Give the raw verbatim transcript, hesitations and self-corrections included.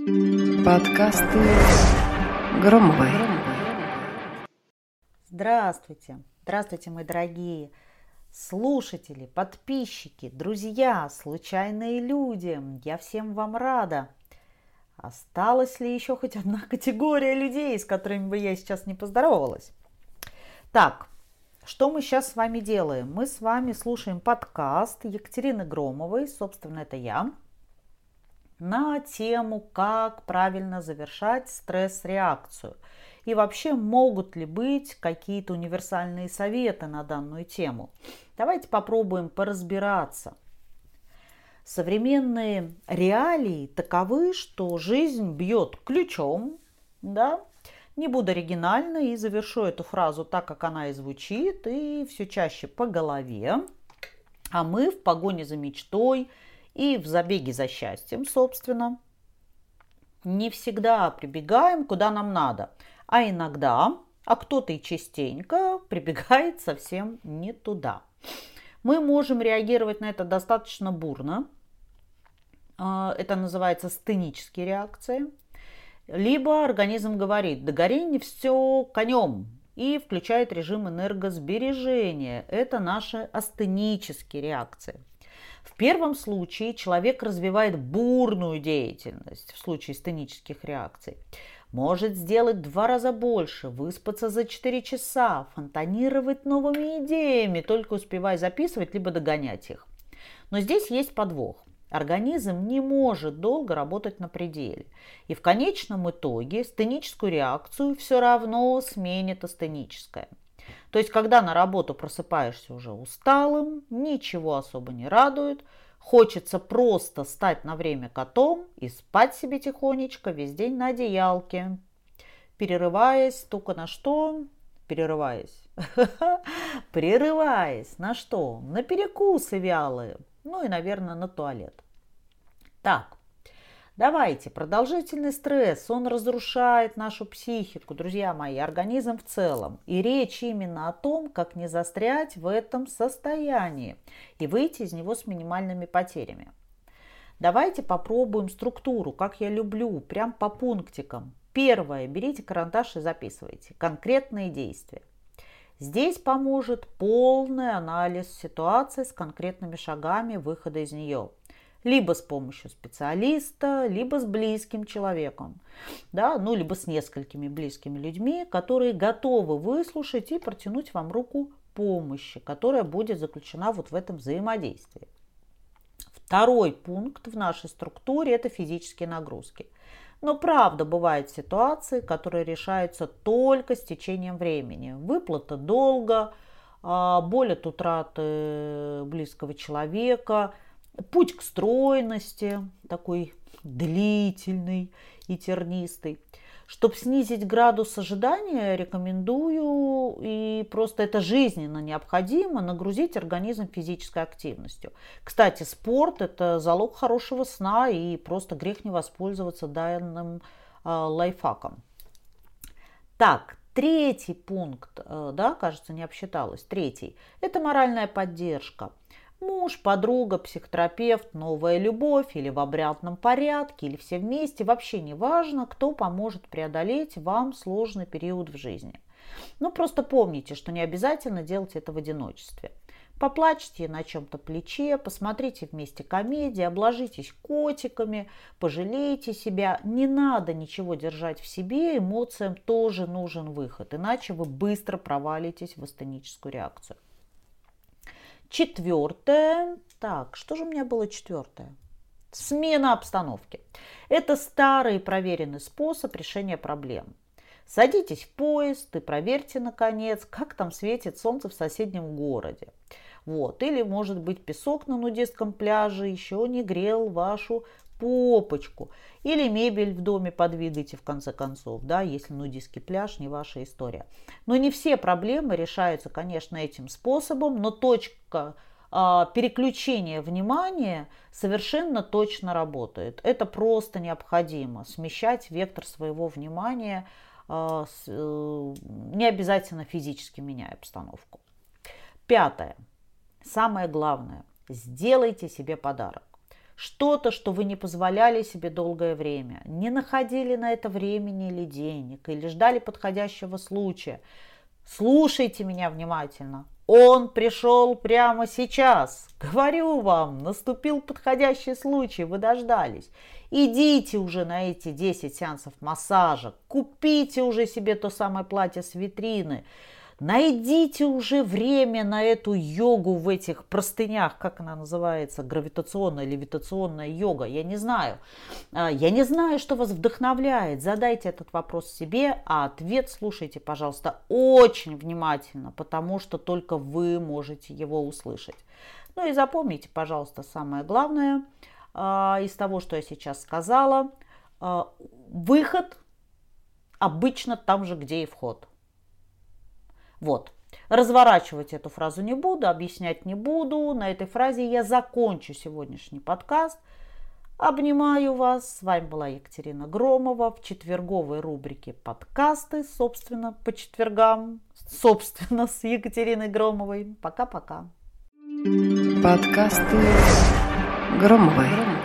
Подкасты Громовой. Здравствуйте, здравствуйте, мои дорогие слушатели, подписчики, друзья, случайные люди. Я всем вам рада. Осталась ли еще хоть одна категория людей, с которыми бы я сейчас не поздоровалась? Так, что мы сейчас с вами делаем? Мы с вами слушаем подкаст Екатерины Громовой, собственно, это я, на тему, как правильно завершать стресс-реакцию. И вообще, могут ли быть какие-то универсальные советы на данную тему? Давайте попробуем поразбираться. Современные реалии таковы, что жизнь бьет ключом, да? Не буду оригинальна и завершу эту фразу так, как она и звучит, и все чаще по голове. А мы в погоне за мечтой и в забеге за счастьем, собственно, не всегда прибегаем куда нам надо, а иногда, а кто-то и частенько прибегает совсем не туда. Мы можем реагировать на это достаточно бурно. Это называется сценические реакции. Либо организм говорит: да гори не все конем, и включает режим энергосбережения. Это наши астенические реакции. В первом случае человек развивает бурную деятельность, в случае сценических реакций. Может сделать в два раза больше, выспаться за четыре часа, фонтанировать новыми идеями, только успевая записывать, либо догонять их. Но здесь есть подвох. Организм не может долго работать на пределе. И в конечном итоге сценическую реакцию все равно сменит астеническая. То есть, когда на работу просыпаешься уже усталым, ничего особо не радует, хочется просто стать на время котом и спать себе тихонечко весь день на одеялке, перерываясь только на что? Перерываясь. Прерываясь на что? На перекусы вялые. Ну и, наверное, на туалет. Так, давайте. Продолжительный стресс, он разрушает нашу психику, друзья мои, организм в целом. И речь именно о том, как не застрять в этом состоянии и выйти из него с минимальными потерями. Давайте попробуем структуру, как я люблю, прям по пунктикам. Первое. Берите карандаш и записывайте. Конкретные действия. Здесь поможет полный анализ ситуации с конкретными шагами выхода из нее. Либо с помощью специалиста, либо с близким человеком. Да? Ну, либо с несколькими близкими людьми, которые готовы выслушать и протянуть вам руку помощи, которая будет заключена вот в этом взаимодействии. Второй пункт в нашей структуре – это физические нагрузки. Но правда, бывают ситуации, которые решаются только с течением времени. Выплата долга, боль от утраты близкого человека, путь к стройности, такой длительный и тернистый. Чтобы снизить градус ожидания, рекомендую, и просто это жизненно необходимо, нагрузить организм физической активностью. Кстати, спорт – это залог хорошего сна, и просто грех не воспользоваться данным э, лайфхаком. Так, третий пункт, э, да, кажется, не обсчиталась. Третий – это моральная поддержка. Муж, подруга, психотерапевт, новая любовь или в обрядном порядке, или все вместе. Вообще не важно, кто поможет преодолеть вам сложный период в жизни. Ну, просто помните, что не обязательно делать это в одиночестве. Поплачьте на чем-то плече, посмотрите вместе комедии, обложитесь котиками, пожалейте себя. Не надо ничего держать в себе, эмоциям тоже нужен выход, иначе вы быстро провалитесь в астеническую реакцию. Четвертое. Так, что же у меня было четвертое? Смена обстановки. Это старый проверенный способ решения проблем. Садитесь в поезд и проверьте, наконец, как там светит солнце в соседнем городе. Вот. Или, может быть, песок на нудистском пляже еще не грел вашу попочку. Или мебель в доме подвигайте, в конце концов, да, если нудистский пляж не ваша история. Но не все проблемы решаются, конечно, этим способом, но точка э, переключения внимания совершенно точно работает. Это просто необходимо, смещать вектор своего внимания, э, с, э, не обязательно физически меняя обстановку. Пятое. Самое главное. Сделайте себе подарок. что-то, что вы не позволяли себе долгое время, не находили на это времени или денег, или ждали подходящего случая. Слушайте меня внимательно. Он пришел прямо сейчас. Говорю вам, наступил подходящий случай, вы дождались. Идите уже на эти десять сеансов массажа, купите уже себе то самое платье с витрины, найдите уже время на эту йогу в этих простынях, как она называется, гравитационная, левитационная йога, я не знаю. Я не знаю, что вас вдохновляет. Задайте этот вопрос себе, а ответ слушайте, пожалуйста, очень внимательно, потому что только вы можете его услышать. Ну и запомните, пожалуйста, самое главное из того, что я сейчас сказала. Выход обычно там же, где и вход. Вот. Разворачивать эту фразу не буду, объяснять не буду. На этой фразе я закончу сегодняшний подкаст. Обнимаю вас. С вами была Екатерина Громова в четверговой рубрике подкасты, собственно, по четвергам, собственно, с Екатериной Громовой. Пока-пока. Подкасты Громовой.